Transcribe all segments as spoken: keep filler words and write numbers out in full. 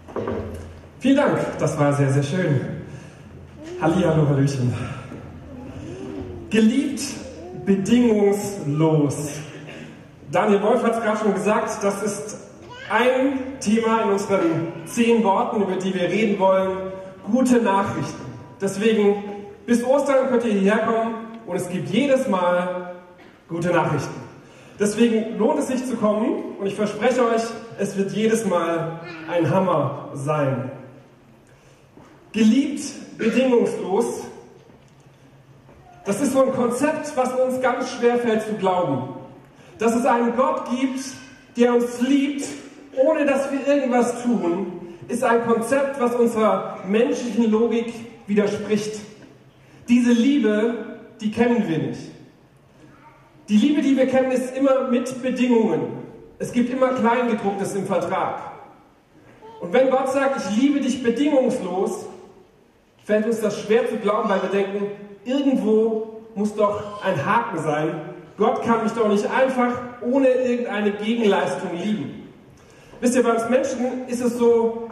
Vielen Dank, das war sehr, sehr schön. Hallihallo, Hallöchen. Geliebt, bedingungslos. Daniel Wolf hat es gerade schon gesagt, das ist ein Thema in unseren zehn Worten, über die wir reden wollen. Gute Nachrichten. Deswegen, bis Ostern könnt ihr hierher kommen und es gibt jedes Mal gute Nachrichten. Deswegen lohnt es sich zu kommen und ich verspreche euch, es wird jedes Mal ein Hammer sein. Geliebt, bedingungslos. Das ist so ein Konzept, was uns ganz schwer fällt zu glauben. Dass es einen Gott gibt, der uns liebt, ohne dass wir irgendwas tun, ist ein Konzept, was unserer menschlichen Logik widerspricht. Diese Liebe, die kennen wir nicht. Die Liebe, die wir kennen, ist immer mit Bedingungen. Es gibt immer Kleingedrucktes im Vertrag. Und wenn Gott sagt, ich liebe dich bedingungslos, fällt uns das schwer zu glauben, weil wir denken, irgendwo muss doch ein Haken sein. Gott kann mich doch nicht einfach ohne irgendeine Gegenleistung lieben. Wisst ihr, bei uns Menschen ist es so,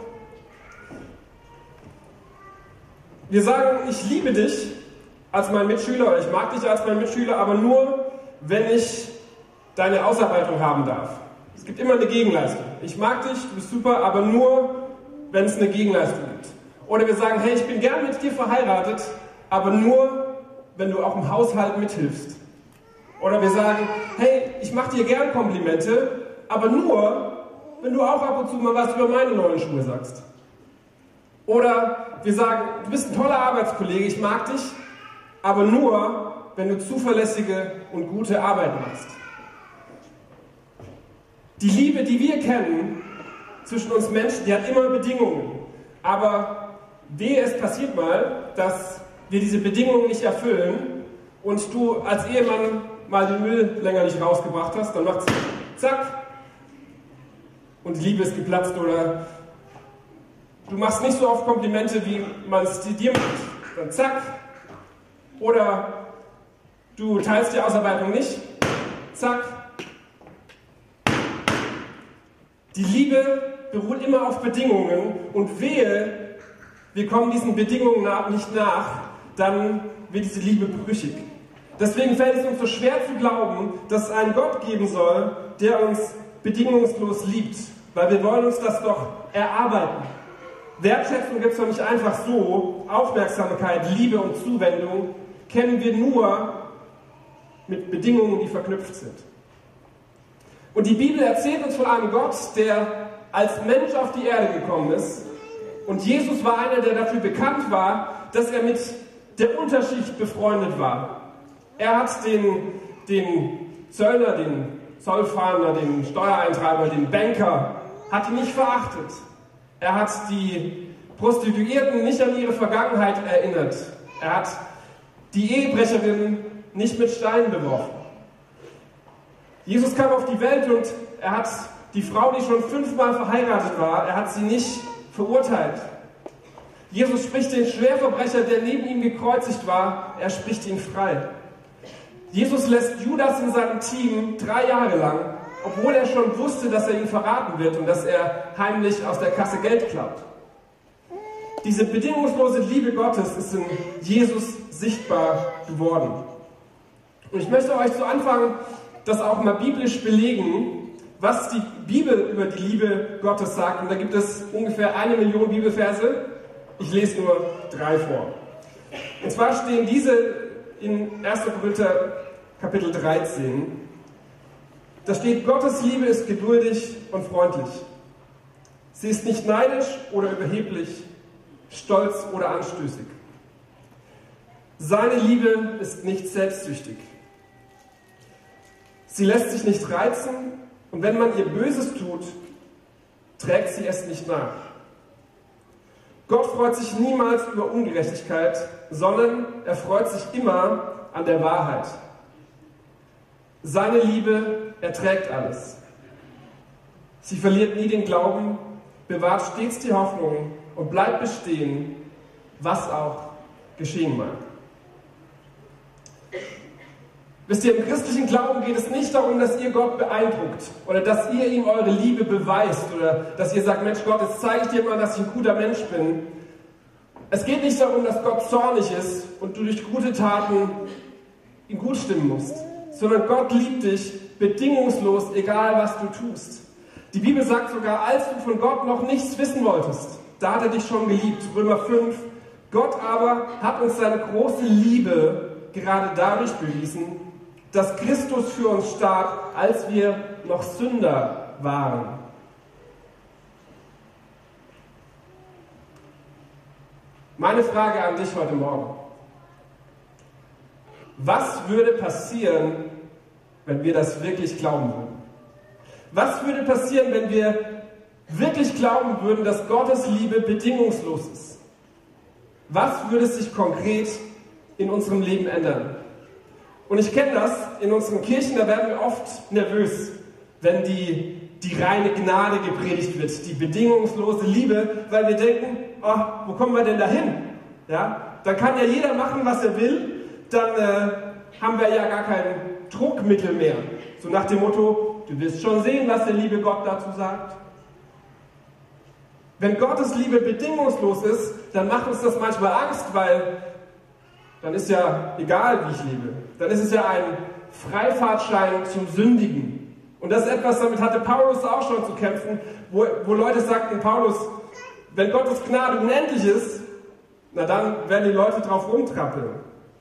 wir sagen, ich liebe dich als mein Mitschüler oder ich mag dich als mein Mitschüler, aber nur, wenn ich deine Ausarbeitung haben darf. Es gibt immer eine Gegenleistung. Ich mag dich, du bist super, aber nur, wenn es eine Gegenleistung gibt. Oder wir sagen, hey, ich bin gern mit dir verheiratet, aber nur, wenn du auch im Haushalt mithilfst. Oder wir sagen, hey, ich mache dir gern Komplimente, aber nur, wenn du auch ab und zu mal was über meine neuen Schuhe sagst. Oder wir sagen, du bist ein toller Arbeitskollege, ich mag dich, aber nur, wenn du zuverlässige und gute Arbeit machst. Die Liebe, die wir kennen zwischen uns Menschen, die hat immer Bedingungen. Aber wehe, es passiert mal, dass wir diese Bedingungen nicht erfüllen und du als Ehemann mal den Müll länger nicht rausgebracht hast, dann macht es zack und die Liebe ist geplatzt. Oder du machst nicht so oft Komplimente, wie man es dir macht, dann zack. Oder du teilst die Ausarbeitung nicht, zack. Die Liebe beruht immer auf Bedingungen und wehe, wir kommen diesen Bedingungen nicht nach, dann wird diese Liebe brüchig. Deswegen fällt es uns so schwer zu glauben, dass es einen Gott geben soll, der uns bedingungslos liebt, weil wir wollen uns das doch erarbeiten. Wertschätzung gibt es doch nicht einfach so, Aufmerksamkeit, Liebe und Zuwendung kennen wir nur mit Bedingungen, die verknüpft sind. Und die Bibel erzählt uns von einem Gott, der als Mensch auf die Erde gekommen ist. Und Jesus war einer, der dafür bekannt war, dass er mit der Unterschicht befreundet war. Er hat den, den Zöllner, den Zollfahnder, den Steuereintreiber, den Banker, hat ihn nicht verachtet. Er hat die Prostituierten nicht an ihre Vergangenheit erinnert. Er hat die Ehebrecherin nicht mit Steinen beworfen. Jesus kam auf die Welt und er hat die Frau, die schon fünfmal verheiratet war, er hat sie nicht verurteilt. Jesus spricht den Schwerverbrecher, der neben ihm gekreuzigt war, er spricht ihn frei. Jesus lässt Judas in seinem Team drei Jahre lang, obwohl er schon wusste, dass er ihn verraten wird und dass er heimlich aus der Kasse Geld klaut. Diese bedingungslose Liebe Gottes ist in Jesus sichtbar geworden. Und ich möchte euch zu Anfang das auch mal biblisch belegen, was die Bibel über die Liebe Gottes sagt. Und da gibt es ungefähr eine Million Bibelverse. Ich lese nur drei vor. Und zwar stehen diese in erster Korinther Kapitel dreizehn. Da steht, Gottes Liebe ist geduldig und freundlich. Sie ist nicht neidisch oder überheblich, stolz oder anstößig. Seine Liebe ist nicht selbstsüchtig. Sie lässt sich nicht reizen und wenn man ihr Böses tut, trägt sie es nicht nach. Gott freut sich niemals über Ungerechtigkeit, sondern er freut sich immer an der Wahrheit. Seine Liebe erträgt alles. Sie verliert nie den Glauben, bewahrt stets die Hoffnung und bleibt bestehen, was auch geschehen mag. Wisst ihr, im christlichen Glauben geht es nicht darum, dass ihr Gott beeindruckt oder dass ihr ihm eure Liebe beweist oder dass ihr sagt, Mensch Gott, jetzt zeige ich dir mal, dass ich ein guter Mensch bin. Es geht nicht darum, dass Gott zornig ist und du durch gute Taten ihn gut stimmen musst, sondern Gott liebt dich bedingungslos, egal was du tust. Die Bibel sagt sogar, als du von Gott noch nichts wissen wolltest, da hat er dich schon geliebt. Römer fünf. Gott aber hat uns seine große Liebe gerade dadurch bewiesen, dass Christus für uns starb, als wir noch Sünder waren. Meine Frage an dich heute Morgen: Was würde passieren, wenn wir das wirklich glauben würden? Was würde passieren, wenn wir wirklich glauben würden, dass Gottes Liebe bedingungslos ist? Was würde sich konkret in unserem Leben ändern? Und ich kenne das, in unseren Kirchen, da werden wir oft nervös, wenn die, die reine Gnade gepredigt wird, die bedingungslose Liebe, weil wir denken, oh, wo kommen wir denn dahin? Ja, dann kann ja jeder machen, was er will, dann äh, haben wir ja gar kein Druckmittel mehr. So nach dem Motto, du wirst schon sehen, was der liebe Gott dazu sagt. Wenn Gottes Liebe bedingungslos ist, dann macht uns das manchmal Angst, weil dann ist ja egal, wie ich lebe. Dann ist es ja ein Freifahrtschein zum Sündigen. Und das ist etwas, damit hatte Paulus auch schon zu kämpfen, wo, wo Leute sagten, Paulus, wenn Gottes Gnade unendlich ist, na dann werden die Leute drauf rumtrappeln.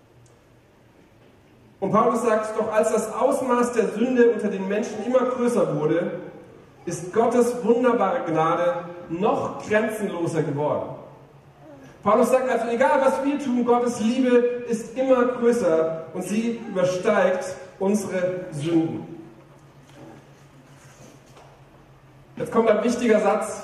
Und Paulus sagt doch, als das Ausmaß der Sünde unter den Menschen immer größer wurde, ist Gottes wunderbare Gnade noch grenzenloser geworden. Paulus sagt also, egal was wir tun, Gottes Liebe ist immer größer und sie übersteigt unsere Sünden. Jetzt kommt ein wichtiger Satz.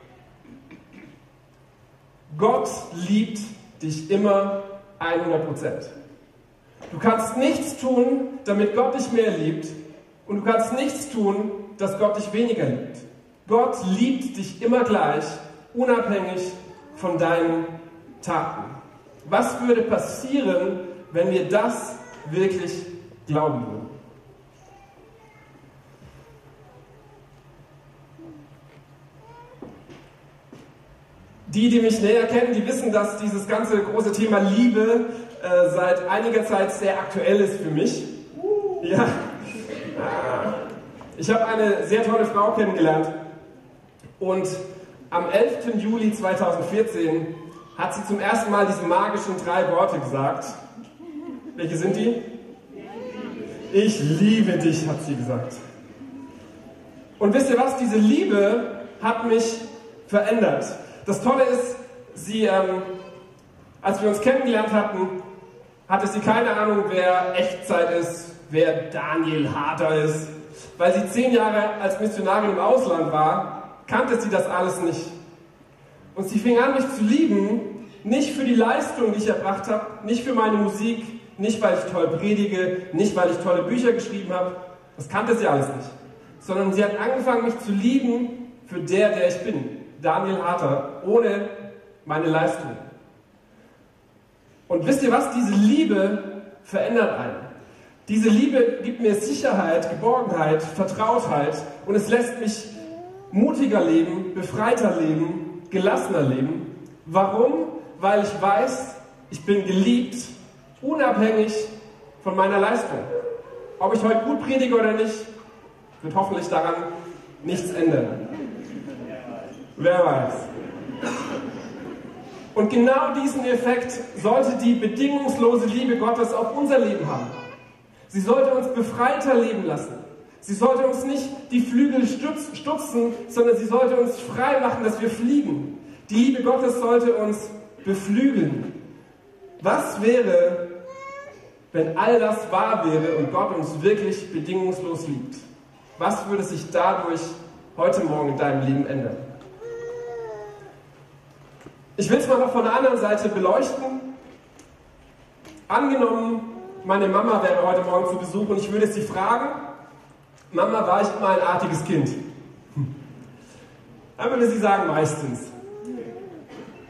Gott liebt dich immer hundert Prozent. Du kannst nichts tun, damit Gott dich mehr liebt, und du kannst nichts tun, dass Gott dich weniger liebt. Gott liebt dich immer gleich, unabhängig von deinen Taten. Was würde passieren, wenn wir das wirklich glauben würden? Die, die mich näher kennen, die wissen, dass dieses ganze große Thema Liebe äh, seit einiger Zeit sehr aktuell ist für mich. Ja. Ich habe eine sehr tolle Frau kennengelernt und am elften Juli zweitausendvierzehn hat sie zum ersten Mal diese magischen drei Worte gesagt. Welche sind die? Ich liebe dich, hat sie gesagt. Und wisst ihr was? Diese Liebe hat mich verändert. Das Tolle ist, sie, ähm, als wir uns kennengelernt hatten, hatte sie keine Ahnung, wer Echtzeit ist, wer Daniel Harter ist. Weil sie zehn Jahre als Missionarin im Ausland war, kannte sie das alles nicht. Und sie fing an, mich zu lieben, nicht für die Leistung, die ich erbracht habe, nicht für meine Musik, nicht weil ich toll predige, nicht weil ich tolle Bücher geschrieben habe, das kannte sie alles nicht. Sondern sie hat angefangen, mich zu lieben für der, der ich bin. Daniel Harter, ohne meine Leistung. Und wisst ihr was? Diese Liebe verändert einen. Diese Liebe gibt mir Sicherheit, Geborgenheit, Vertrautheit und es lässt mich mutiger leben, befreiter leben, gelassener leben. Warum? Weil ich weiß, ich bin geliebt, unabhängig von meiner Leistung. Ob ich heute gut predige oder nicht, wird hoffentlich daran nichts ändern. Wer weiß. Und genau diesen Effekt sollte die bedingungslose Liebe Gottes auf unser Leben haben. Sie sollte uns befreiter leben lassen. Sie sollte uns nicht die Flügel stutzen, sondern sie sollte uns frei machen, dass wir fliegen. Die Liebe Gottes sollte uns beflügeln. Was wäre, wenn all das wahr wäre und Gott uns wirklich bedingungslos liebt? Was würde sich dadurch heute Morgen in deinem Leben ändern? Ich will es mal noch von der anderen Seite beleuchten. Angenommen, meine Mama wäre heute Morgen zu Besuch und ich würde sie fragen, Mama, war ich immer ein artiges Kind? Dann würde sie sagen, meistens.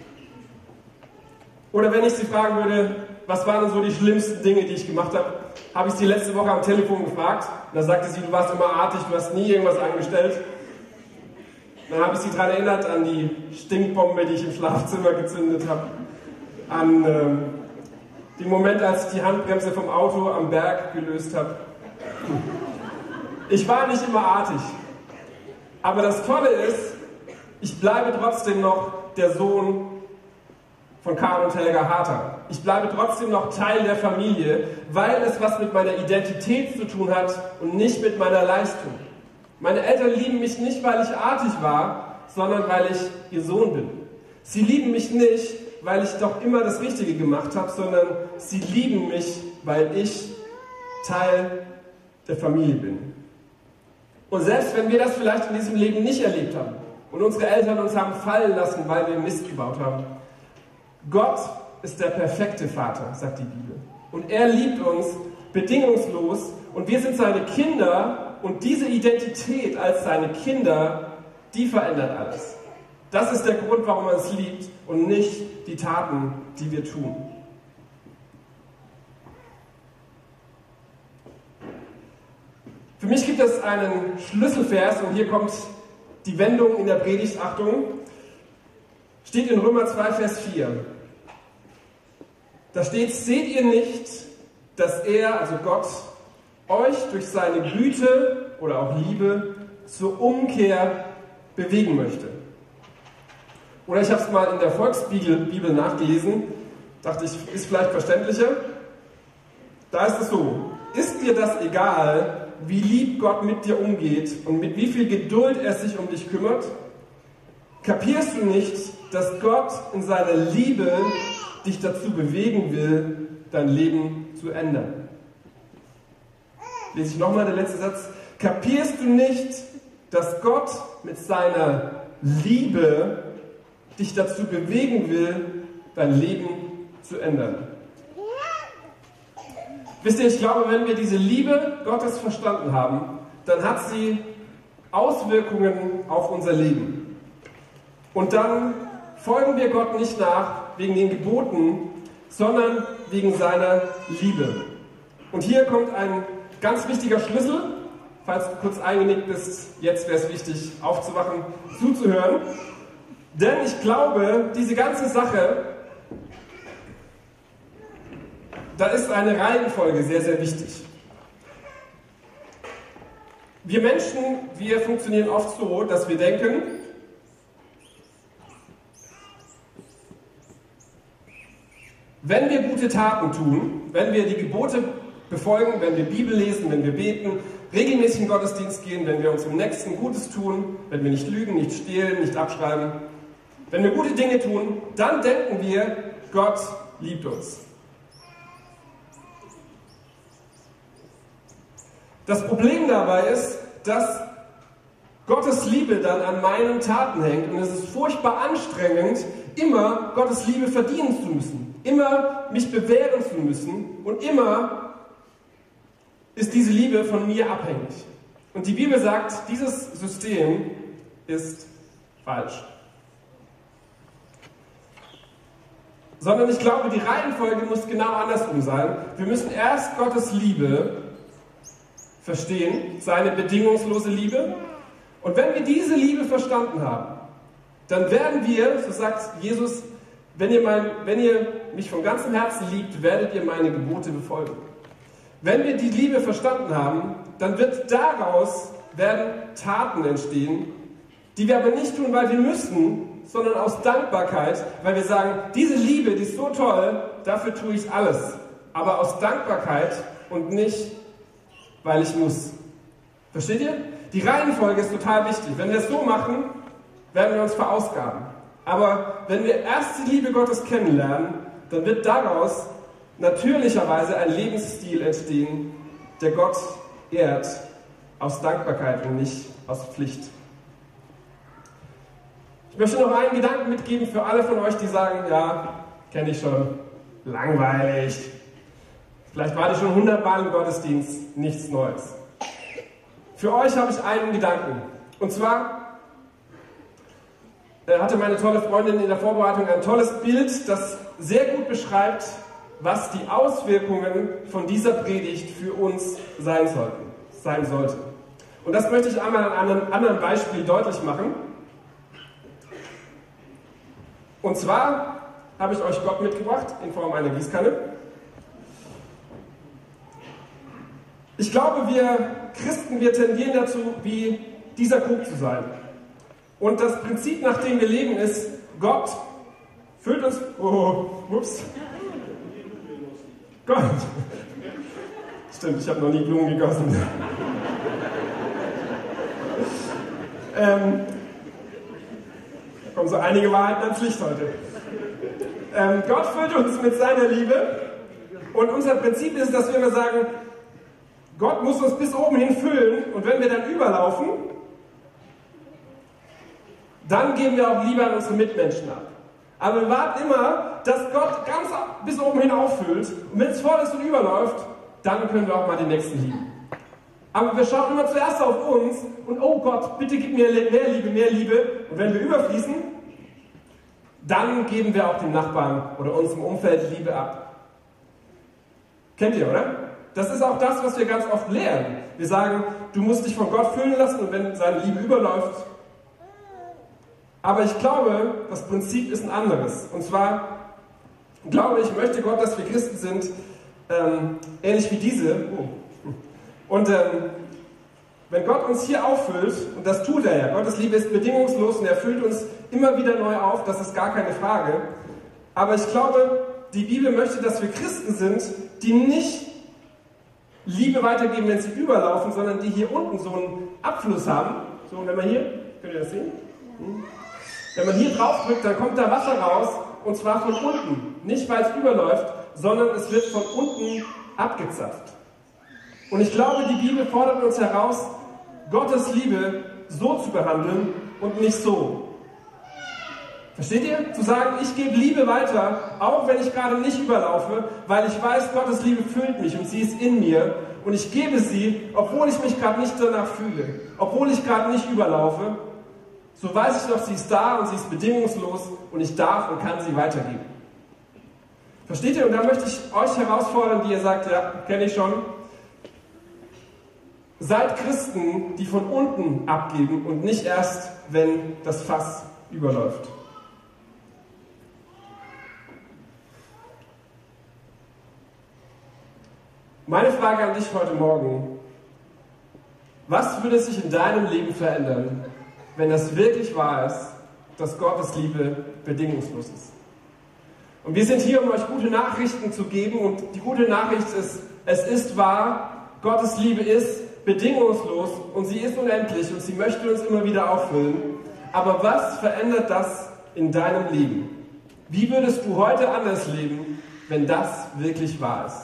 Oder wenn ich sie fragen würde, was waren so die schlimmsten Dinge, die ich gemacht habe? habe ich sie letzte Woche am Telefon gefragt. Und da sagte sie, du warst immer artig, du hast nie irgendwas angestellt. Dann habe ich sie daran erinnert, an die Stinkbombe, die ich im Schlafzimmer gezündet habe. An ähm, den Moment, als ich die Handbremse vom Auto am Berg gelöst habe. Ich war nicht immer artig. Aber das Tolle ist, ich bleibe trotzdem noch der Sohn von Karl und Helga Harter. Ich bleibe trotzdem noch Teil der Familie, weil es was mit meiner Identität zu tun hat und nicht mit meiner Leistung. Meine Eltern lieben mich nicht, weil ich artig war, sondern weil ich ihr Sohn bin. Sie lieben mich nicht, weil ich doch immer das Richtige gemacht habe, sondern sie lieben mich, weil ich Teil der Familie bin. Und selbst wenn wir das vielleicht in diesem Leben nicht erlebt haben und unsere Eltern uns haben fallen lassen, weil wir Mist gebaut haben, Gott ist der perfekte Vater, sagt die Bibel. Und er liebt uns bedingungslos und wir sind seine Kinder und diese Identität als seine Kinder, die verändert alles. Das ist der Grund, warum er uns liebt und nicht die Taten, die wir tun. Für mich gibt es einen Schlüsselvers und hier kommt die Wendung in der Predigt, Achtung, steht in Römer zwei, Vers vier. Da steht, seht ihr nicht, dass er, also Gott, euch durch seine Güte oder auch Liebe zur Umkehr bewegen möchte. Oder ich habe es mal in der Volksbibel Bibel nachgelesen, dachte ich, ist vielleicht verständlicher. Da ist es so, ist dir das egal, wie lieb Gott mit dir umgeht und mit wie viel Geduld er sich um dich kümmert? Kapierst du nicht, dass Gott in seiner Liebe dich dazu bewegen will, dein Leben zu ändern? Lese ich nochmal den letzten Satz. Kapierst du nicht, dass Gott mit seiner Liebe dich dazu bewegen will, dein Leben zu ändern? Wisst ihr, ich glaube, wenn wir diese Liebe Gottes verstanden haben, dann hat sie Auswirkungen auf unser Leben. Und dann folgen wir Gott nicht nach wegen den Geboten, sondern wegen seiner Liebe. Und hier kommt ein ganz wichtiger Schlüssel. Falls du kurz eingenickt bist, jetzt wäre es wichtig, aufzuwachen, zuzuhören. Denn ich glaube, diese ganze Sache, da ist eine Reihenfolge sehr, sehr wichtig. Wir Menschen, wir funktionieren oft so, dass wir denken, wenn wir gute Taten tun, wenn wir die Gebote befolgen, wenn wir Bibel lesen, wenn wir beten, regelmäßig in den Gottesdienst gehen, wenn wir uns im Nächsten Gutes tun, wenn wir nicht lügen, nicht stehlen, nicht abschreiben, wenn wir gute Dinge tun, dann denken wir, Gott liebt uns. Das Problem dabei ist, dass Gottes Liebe dann an meinen Taten hängt und es ist furchtbar anstrengend, immer Gottes Liebe verdienen zu müssen, immer mich bewähren zu müssen und immer ist diese Liebe von mir abhängig. Und die Bibel sagt, dieses System ist falsch. Sondern ich glaube, die Reihenfolge muss genau andersrum sein. Wir müssen erst Gottes Liebe verstehen, seine bedingungslose Liebe. Und wenn wir diese Liebe verstanden haben, dann werden wir, so sagt Jesus, wenn ihr, mein, wenn ihr mich von ganzem Herzen liebt, werdet ihr meine Gebote befolgen. Wenn wir die Liebe verstanden haben, dann wird daraus werden Taten entstehen, die wir aber nicht tun, weil wir müssen, sondern aus Dankbarkeit, weil wir sagen, diese Liebe, die ist so toll, dafür tue ich alles. Aber aus Dankbarkeit und nicht, weil ich muss. Versteht ihr? Die Reihenfolge ist total wichtig. Wenn wir es so machen, werden wir uns verausgaben. Aber wenn wir erst die Liebe Gottes kennenlernen, dann wird daraus natürlicherweise ein Lebensstil entstehen, der Gott ehrt, aus Dankbarkeit und nicht aus Pflicht. Ich möchte noch einen Gedanken mitgeben für alle von euch, die sagen, ja, kenne ich schon, langweilig. Vielleicht war ich schon hundertmal im Gottesdienst, nichts Neues. Für euch habe ich einen Gedanken. Und zwar äh, hatte meine tolle Freundin in der Vorbereitung ein tolles Bild, das sehr gut beschreibt, was die Auswirkungen von dieser Predigt für uns sein sollten, sein sollte. Und das möchte ich einmal an einem anderen Beispiel deutlich machen. Und zwar habe ich euch Gott mitgebracht in Form einer Gießkanne. Ich glaube, wir Christen, wir tendieren dazu, wie dieser Krug zu sein. Und das Prinzip, nach dem wir leben, ist, Gott füllt uns... Oh, ups. Gott. Stimmt, ich habe noch nie Blumen gegossen. ähm, da kommen so einige Wahrheiten ans Licht heute. Ähm, Gott füllt uns mit seiner Liebe und unser Prinzip ist, dass wir immer sagen, Gott muss uns bis oben hin füllen und wenn wir dann überlaufen, dann geben wir auch Liebe an unsere Mitmenschen ab. Aber wir warten immer, dass Gott ganz bis oben hin auffüllt und wenn es voll ist und überläuft, dann können wir auch mal den Nächsten lieben. Aber wir schauen immer zuerst auf uns und oh Gott, bitte gib mir mehr Liebe, mehr Liebe. Und wenn wir überfließen, dann geben wir auch dem Nachbarn oder unserem Umfeld Liebe ab. Kennt ihr, oder? Das ist auch das, was wir ganz oft lehren. Wir sagen, du musst dich von Gott füllen lassen und wenn seine Liebe überläuft. Aber ich glaube, das Prinzip ist ein anderes. Und zwar glaube ich, möchte Gott, dass wir Christen sind, ähm, ähnlich wie diese. Oh. Und ähm, wenn Gott uns hier auffüllt, und das tut er ja, Gottes Liebe ist bedingungslos und er füllt uns immer wieder neu auf, das ist gar keine Frage. Aber ich glaube, die Bibel möchte, dass wir Christen sind, die nicht Liebe weitergeben, wenn sie überlaufen, sondern die hier unten so einen Abfluss haben. So, wenn man hier, könnt ihr das sehen? Hm. Wenn man hier drauf drückt, dann kommt da Wasser raus, und zwar von unten. Nicht, weil es überläuft, sondern es wird von unten abgezapft. Und ich glaube, die Bibel fordert uns heraus, Gottes Liebe so zu behandeln und nicht so. Versteht ihr? Zu sagen, ich gebe Liebe weiter, auch wenn ich gerade nicht überlaufe, weil ich weiß, Gottes Liebe füllt mich und sie ist in mir. Und ich gebe sie, obwohl ich mich gerade nicht danach fühle, obwohl ich gerade nicht überlaufe. So weiß ich doch, sie ist da und sie ist bedingungslos und ich darf und kann sie weitergeben. Versteht ihr? Und da möchte ich euch herausfordern, die ihr sagt, ja, kenne ich schon. Seid Christen, die von unten abgeben und nicht erst, wenn das Fass überläuft. Meine Frage an dich heute Morgen: Was würde sich in deinem Leben verändern, wenn das wirklich wahr ist, dass Gottes Liebe bedingungslos ist? Und wir sind hier, um euch gute Nachrichten zu geben, und die gute Nachricht ist, es ist wahr, Gottes Liebe ist bedingungslos und sie ist unendlich und sie möchte uns immer wieder auffüllen. Aber was verändert das in deinem Leben? Wie würdest du heute anders leben, wenn das wirklich wahr ist?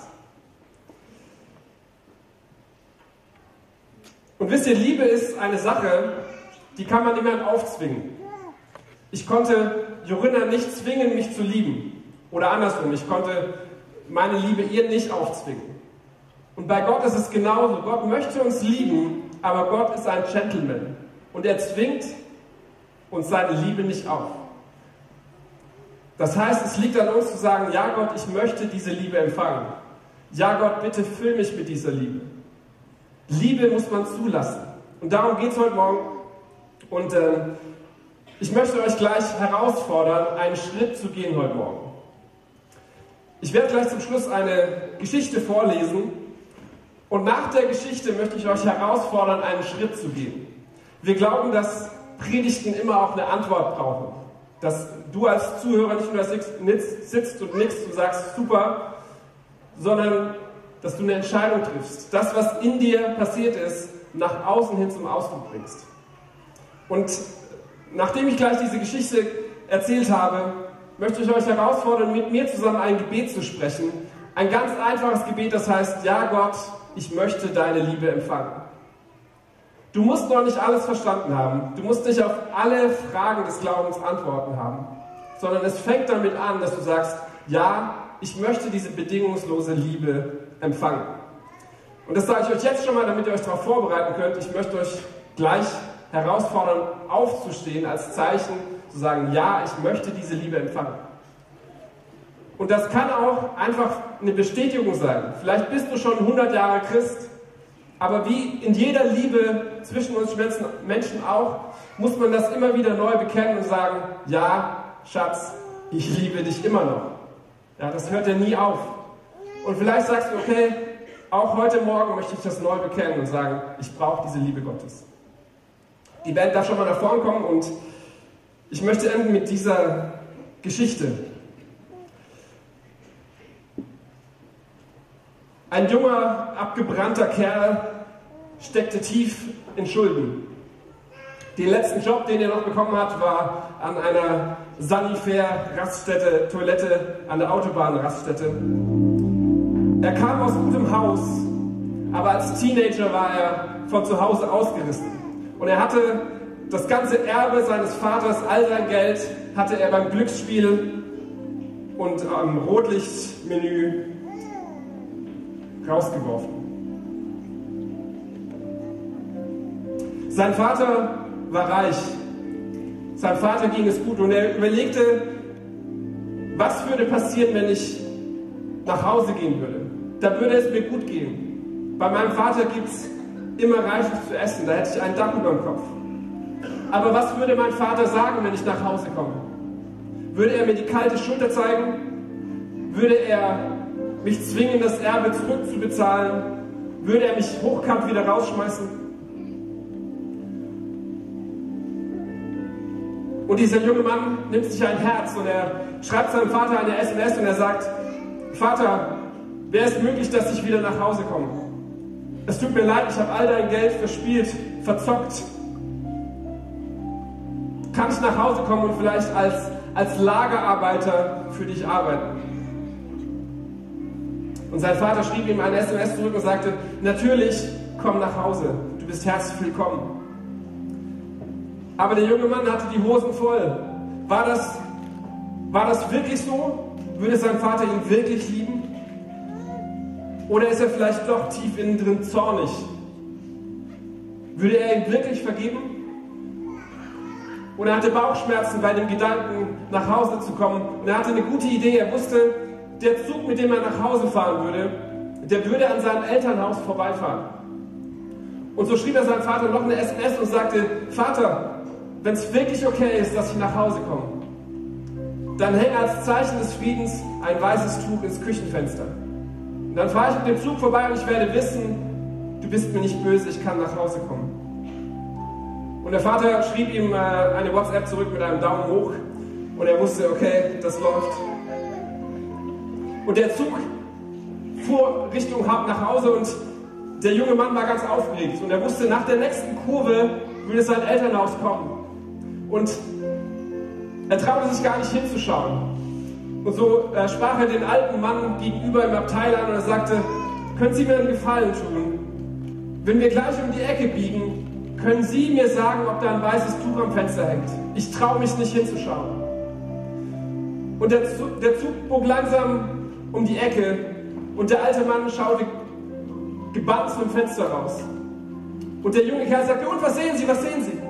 Und wisst ihr, Liebe ist eine Sache, die kann man niemand aufzwingen. Ich konnte Jorinna nicht zwingen, mich zu lieben. Oder andersrum, ich konnte meine Liebe ihr nicht aufzwingen. Und bei Gott ist es genauso. Gott möchte uns lieben, aber Gott ist ein Gentleman. Und er zwingt uns seine Liebe nicht auf. Das heißt, es liegt an uns zu sagen, ja Gott, ich möchte diese Liebe empfangen. Ja Gott, bitte füll mich mit dieser Liebe. Liebe muss man zulassen. Und darum geht es heute Morgen. Und äh, ich möchte euch gleich herausfordern, einen Schritt zu gehen heute Morgen. Ich werde gleich zum Schluss eine Geschichte vorlesen. Und nach der Geschichte möchte ich euch herausfordern, einen Schritt zu gehen. Wir glauben, dass Predigten immer auch eine Antwort brauchen. Dass du als Zuhörer nicht nur da sitzt und nickst und sagst, super, sondern dass du eine Entscheidung triffst. Das, was in dir passiert ist, nach außen hin zum Ausdruck bringst. Und nachdem ich gleich diese Geschichte erzählt habe, möchte ich euch herausfordern, mit mir zusammen ein Gebet zu sprechen. Ein ganz einfaches Gebet, das heißt, ja Gott, ich möchte deine Liebe empfangen. Du musst noch nicht alles verstanden haben. Du musst nicht auf alle Fragen des Glaubens Antworten haben. Sondern es fängt damit an, dass du sagst, ja, ich möchte diese bedingungslose Liebe empfangen. Und das sage ich euch jetzt schon mal, damit ihr euch darauf vorbereiten könnt. Ich möchte euch gleich herausfordern, aufzustehen als Zeichen, zu sagen, ja, ich möchte diese Liebe empfangen. Und das kann auch einfach eine Bestätigung sein. Vielleicht bist du schon hundert Jahre Christ, aber wie in jeder Liebe zwischen uns Menschen auch, muss man das immer wieder neu bekennen und sagen, ja, Schatz, ich liebe dich immer noch. Ja, das hört ja nie auf. Und vielleicht sagst du, okay, auch heute Morgen möchte ich das neu bekennen und sagen, ich brauche diese Liebe Gottes. Die Band darf schon mal nach vorn kommen und ich möchte enden mit dieser Geschichte. Ein junger, abgebrannter Kerl steckte tief in Schulden. Den letzten Job, den er noch bekommen hat, war an einer Sanifair-Raststätte, Toilette an der Autobahn-Raststätte. Er kam aus gutem Haus, aber als Teenager war er von zu Hause ausgerissen. Und er hatte das ganze Erbe seines Vaters, all sein Geld, hatte er beim Glücksspiel und am Rotlichtmenü rausgeworfen. Sein Vater war reich. Seinem Vater ging es gut und er überlegte, was würde passieren, wenn ich nach Hause gehen würde. Da würde es mir gut gehen. Bei meinem Vater gibt es immer reichlich zu essen, da hätte ich ein Dach über dem Kopf. Aber was würde mein Vater sagen, wenn ich nach Hause komme? Würde er mir die kalte Schulter zeigen? Würde er mich zwingen, das Erbe zurückzubezahlen? Würde er mich hochkant wieder rausschmeißen? Und dieser junge Mann nimmt sich ein Herz und er schreibt seinem Vater eine S M S und er sagt, Vater, wäre es möglich, dass ich wieder nach Hause komme? Es tut mir leid, ich habe all dein Geld verspielt, verzockt. Kann ich nach Hause kommen und vielleicht als, als Lagerarbeiter für dich arbeiten? Und sein Vater schrieb ihm eine S M S zurück und sagte, natürlich, komm nach Hause, du bist herzlich willkommen. Aber der junge Mann hatte die Hosen voll. War das, war das wirklich so? Würde sein Vater ihn wirklich lieben? Oder ist er vielleicht doch tief innen drin zornig? Würde er ihm wirklich vergeben? Und er hatte Bauchschmerzen bei dem Gedanken, nach Hause zu kommen. Und er hatte eine gute Idee. Er wusste, der Zug, mit dem er nach Hause fahren würde, der würde an seinem Elternhaus vorbeifahren. Und so schrieb er seinem Vater noch eine S M S und sagte, Vater, wenn es wirklich okay ist, dass ich nach Hause komme, dann häng als Zeichen des Friedens ein weißes Tuch ins Küchenfenster. Und dann fahre ich mit dem Zug vorbei und ich werde wissen, du bist mir nicht böse, ich kann nach Hause kommen. Und der Vater schrieb ihm äh, eine WhatsApp zurück mit einem Daumen hoch und er wusste, okay, das läuft. Und der Zug fuhr Richtung nach Hause und der junge Mann war ganz aufgeregt und er wusste, nach der nächsten Kurve würde sein Elternhaus kommen. Und er traute sich gar nicht hinzuschauen. Und so äh, sprach er den alten Mann gegenüber im Abteil an und er sagte, können Sie mir einen Gefallen tun? Wenn wir gleich um die Ecke biegen, können Sie mir sagen, ob da ein weißes Tuch am Fenster hängt? Ich traue mich nicht hinzuschauen. Und der Zug, der Zug bog langsam um die Ecke und der alte Mann schaute gebannt zum Fenster raus. Und der junge Kerl sagte, und was sehen Sie, was sehen Sie?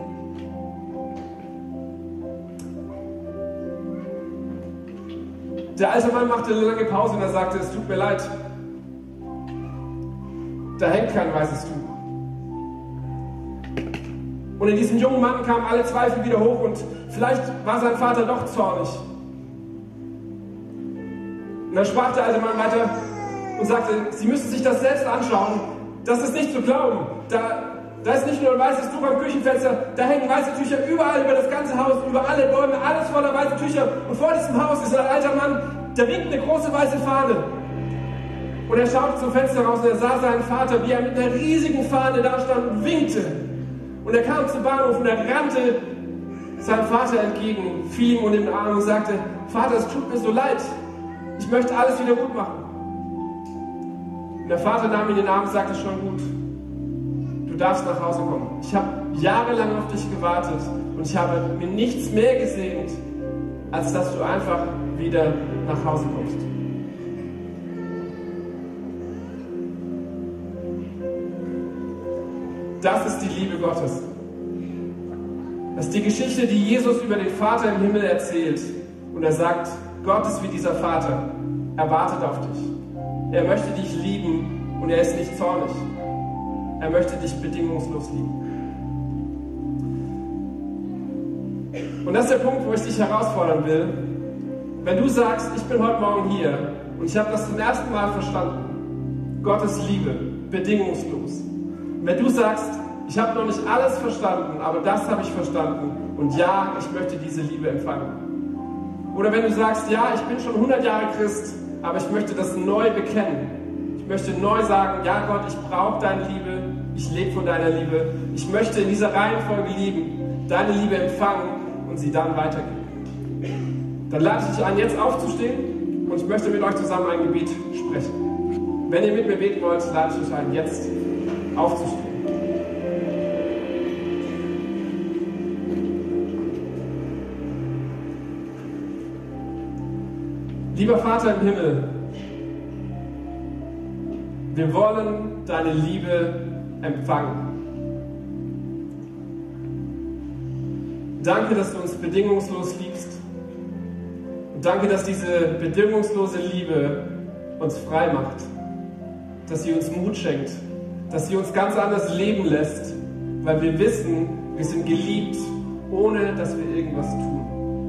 Der alte Mann machte eine lange Pause und er sagte, es tut mir leid. Da hängt kein weißes Tuch. Und in diesem jungen Mann kamen alle Zweifel wieder hoch und vielleicht war sein Vater doch zornig. Und dann sprach der alte Mann weiter und sagte, Sie müssen sich das selbst anschauen. Das ist nicht zu glauben. Da, da ist nicht nur ein weißes Tuch am Küchenfenster, da hängen weiße Tücher überall über das ganze Haus, über alle Bäume, alles voller weiße Tücher. Und vor diesem Haus ist ein alter Mann, der winkt eine große weiße Fahne. Und er schaute zum Fenster raus und er sah seinen Vater, wie er mit einer riesigen Fahne da stand und winkte. Und er kam zum Bahnhof und er rannte seinem Vater entgegen, fiel ihm in den Arm und sagte, Vater, es tut mir so leid. Ich möchte alles wieder gut machen. Und der Vater nahm ihn in den Arm und sagte, schon gut. Du darfst nach Hause kommen. Ich habe jahrelang auf dich gewartet und ich habe mir nichts mehr gesehnt, als dass du einfach wieder nach Hause kommst. Das ist die Liebe Gottes. Das ist die Geschichte, die Jesus über den Vater im Himmel erzählt. Und er sagt, Gott ist wie dieser Vater. Er wartet auf dich. Er möchte dich lieben und er ist nicht zornig. Er möchte dich bedingungslos lieben. Und das ist der Punkt, wo ich dich herausfordern will. Wenn du sagst, ich bin heute Morgen hier und ich habe das zum ersten Mal verstanden, Gottes Liebe, bedingungslos. Und wenn du sagst, ich habe noch nicht alles verstanden, aber das habe ich verstanden und ja, ich möchte diese Liebe empfangen. Oder wenn du sagst, ja, ich bin schon hundert Jahre Christ, aber ich möchte das neu bekennen. Ich möchte neu sagen, ja Gott, ich brauche deine Liebe, ich lebe von deiner Liebe. Ich möchte in dieser Reihenfolge lieben, deine Liebe empfangen und sie dann weitergeben. Dann lade ich dich ein, jetzt aufzustehen und ich möchte mit euch zusammen ein Gebet sprechen. Wenn ihr mit mir beten wollt, lade ich euch ein, jetzt aufzustehen. Lieber Vater im Himmel, wir wollen deine Liebe empfangen. Danke, dass du uns bedingungslos liebst. Und danke, dass diese bedingungslose Liebe uns frei macht. Dass sie uns Mut schenkt. Dass sie uns ganz anders leben lässt, weil wir wissen, wir sind geliebt, ohne dass wir irgendwas tun.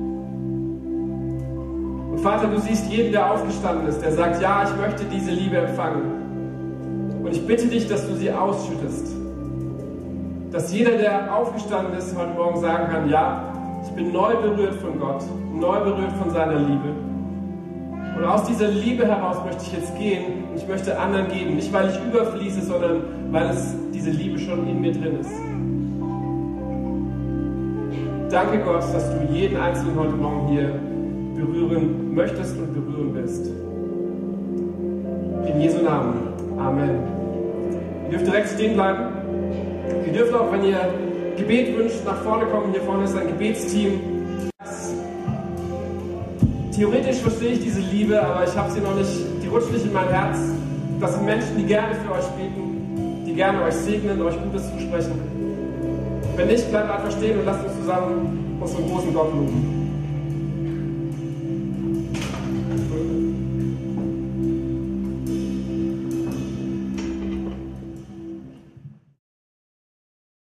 Und Vater, du siehst jeden, der aufgestanden ist, der sagt, ja, ich möchte diese Liebe empfangen. Und ich bitte dich, dass du sie ausschüttest. Dass jeder, der aufgestanden ist, heute Morgen sagen kann, ja, ich bin neu berührt von Gott, neu berührt von seiner Liebe. Und aus dieser Liebe heraus möchte ich jetzt gehen und ich möchte anderen geben. Nicht, weil ich überfließe, sondern weil es diese Liebe schon in mir drin ist. Danke Gott, dass du jeden Einzelnen heute Morgen hier berühren möchtest und berühren willst. In Jesu Namen. Amen. Ihr dürft direkt stehen bleiben. Ihr dürft auch, wenn ihr Gebet wünscht, nach vorne kommen. Hier vorne ist ein Gebetsteam. Theoretisch verstehe ich diese Liebe, aber ich habe sie noch nicht, die rutscht nicht in mein Herz. Das sind Menschen, die gerne für euch beten, die gerne euch segnen, euch Gutes zusprechen. Wenn nicht, bleibt einfach stehen und lasst uns zusammen unseren großen Gott loben.